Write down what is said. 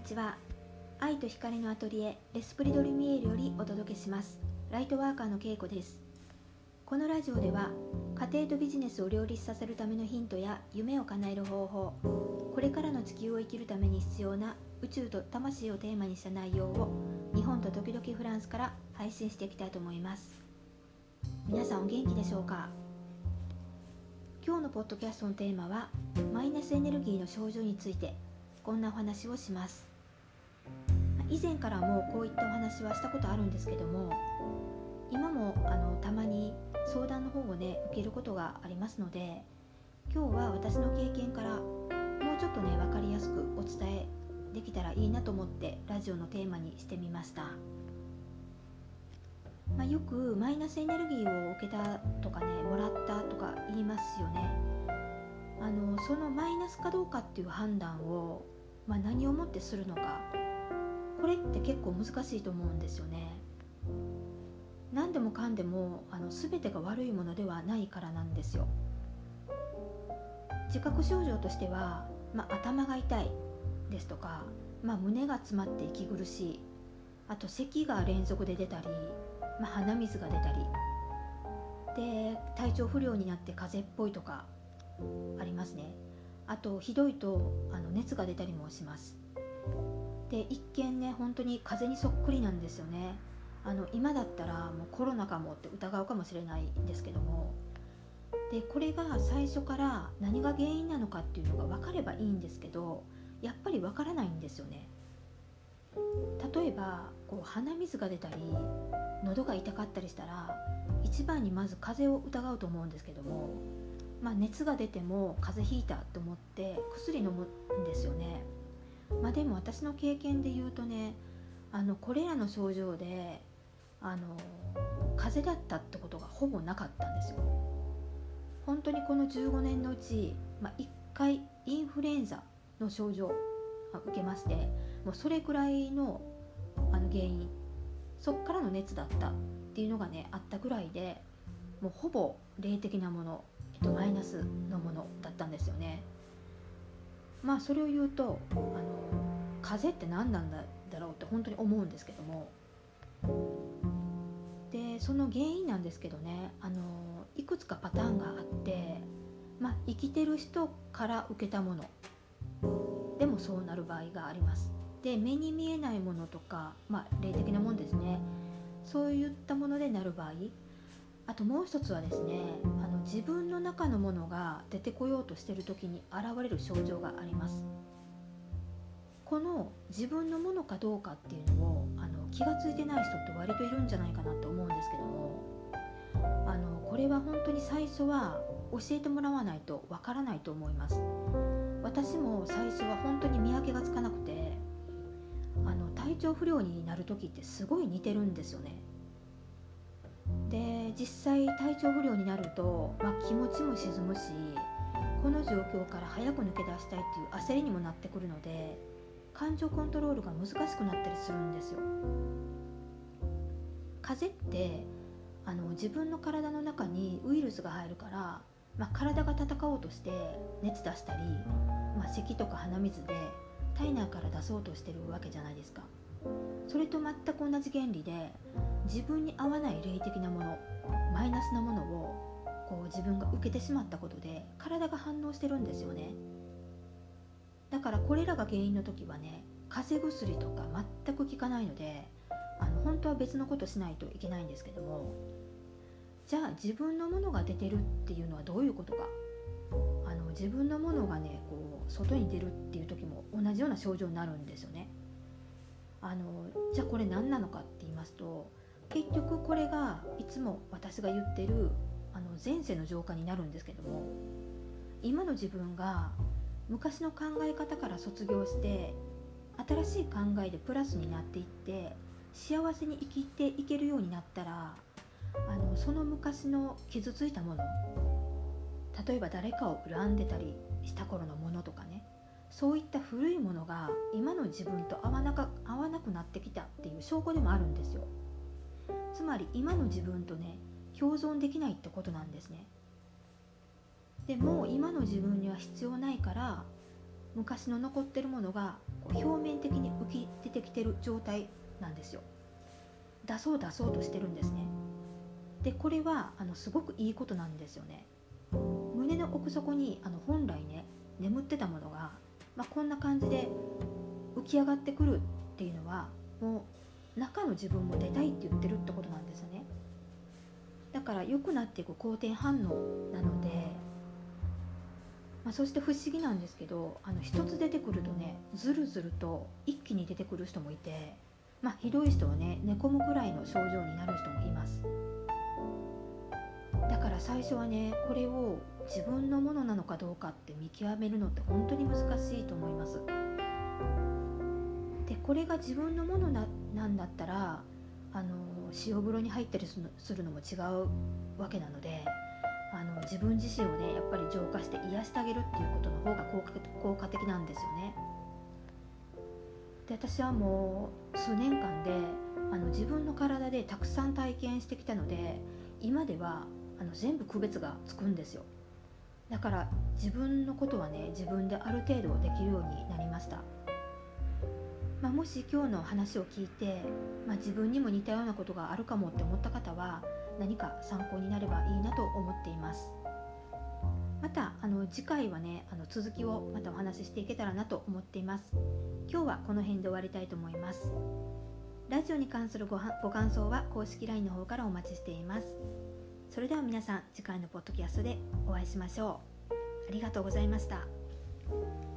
ちは。愛と光のアトリエレスプリドルミエールよりお届けします。ライトワーカーのけいこです。このラジオでは家庭とビジネスを両立させるためのヒントや夢を叶える方法、これからの地球を生きるために必要な宇宙と魂をテーマにした内容を日本と時々フランスから配信していきたいと思います。皆さんお元気でしょうか？今日のポッドキャストのテーマはマイナスエネルギーの症状について、こんなお話をします。以前からもこういったお話はしたことあるんですけども、今もたまに相談の方をね受けることがありますので、今日は私の経験からもうちょっとね分かりやすくお伝えできたらいいなと思ってラジオのテーマにしてみました。よくマイナスエネルギーを受けたとかね、もらったとか言いますよね。そのマイナスかどうかっていう判断を、何をもってするのか、これって結構難しいと思うんですよね。何でもかんでも全てが悪いものではないからなんですよ。自覚症状としては、頭が痛いですとか、胸が詰まって息苦しい、あと咳が連続で出たり、鼻水が出たりで、体調不良になって風邪っぽいとかありますね。あとひどいと熱が出たりもします。で、一見ね本当に風邪にそっくりなんですよね。今だったらもうコロナかもって疑うかもしれないんですけども、でこれが最初から何が原因なのかっていうのが分かればいいんですけど、やっぱり分からないんですよね。例えば鼻水が出たり喉が痛かったりしたら、一番にまず風邪を疑うと思うんですけども、熱が出ても風邪ひいたと思って薬飲むんですよね。でも私の経験で言うとね、これらの症状で風邪だったってことがほぼなかったんですよ。本当にこの15年のうち、1回インフルエンザの症状を受けまして、もうそれくらいの原因、そっからの熱だったっていうのがねあったぐらいで、もうほぼ霊的なもの、マイナスのものだったんですよね。それを言うと風邪って何なんだろうって本当に思うんですけども、でその原因なんですけどね、いくつかパターンがあって、生きてる人から受けたものでもそうなる場合があります。で、目に見えないものとか、霊的なものですね、そういったものでなる場合、あともう一つはですね、自分の中のものが出てこようとしている時に現れる症状があります。この自分のものかどうかっていうのを気がついてない人って割といるんじゃないかなと思うんですけども、これは本当に最初は教えてもらわないとわからないと思います。私も最初は本当に見分けがつかなくて、体調不良になる時ってすごい似てるんですよね。で、実際体調不良になると、気持ちも沈むし、この状況から早く抜け出したいっていう焦りにもなってくるので、感情コントロールが難しくなったりするんですよ。風邪って自分の体の中にウイルスが入るから、体が戦おうとして熱出したり、咳とか鼻水で体内から出そうとしてるわけじゃないですか。それと全く同じ原理で、自分に合わない霊的なもの、マイナスなものを自分が受けてしまったことで体が反応してるんですよね。だからこれらが原因の時はね、風邪薬とか全く効かないので、本当は別のことしないといけないんですけども、じゃあ自分のものが出てるっていうのはどういうことか。自分のものがね外に出るっていう時も同じような症状になるんですよね。じゃあこれ何なのかって言いますと、結局これがいつも私が言ってる前世の浄化になるんですけども、今の自分が昔の考え方から卒業して新しい考えでプラスになっていって幸せに生きていけるようになったら、その昔の傷ついたもの、例えば誰かを恨んでたりした頃のものとかね、そういった古いものが今の自分と合わなくなってきたっていう証拠でもあるんですよ。つまり今の自分とね共存できないってことなんですね。でも今の自分には必要ないから、 昔の残ってるものが表面的に浮き出てきてる状態なんですよ。出そうとしてるんですね。でこれはすごくいいことなんですよね。胸の奥底に本来ね眠ってたものが、こんな感じで浮き上がってくるっていうのは、もう中の自分も出たいって言ってるってことなんですよね。だから良くなっていく好転反応なので、そして不思議なんですけど、一つ出てくるとねずるずると一気に出てくる人もいて、ひどい人はね寝込むくらいの症状になる人もいます。だから最初はねこれを自分のものなのかどうかって見極めるのって本当に難しいと思います。でこれが自分のものなんだったら塩風呂に入ったりするのも違うわけなので、自分自身をねやっぱり浄化して癒してあげるっていうことの方が効果的なんですよね。で私はもう数年間で自分の体でたくさん体験してきたので、今では全部区別がつくんですよ。だから自分のことはね自分である程度できるようになりました。もし今日の話を聞いて、自分にも似たようなことがあるかもって思った方は何か参考になればいいなと思っています。また次回はね続きをまたお話ししていけたらなと思っています。今日はこの辺で終わりたいと思います。ラジオに関するご感想は公式 LINE の方からお待ちしています。それでは皆さん次回のポッドキャストでお会いしましょう。ありがとうございました。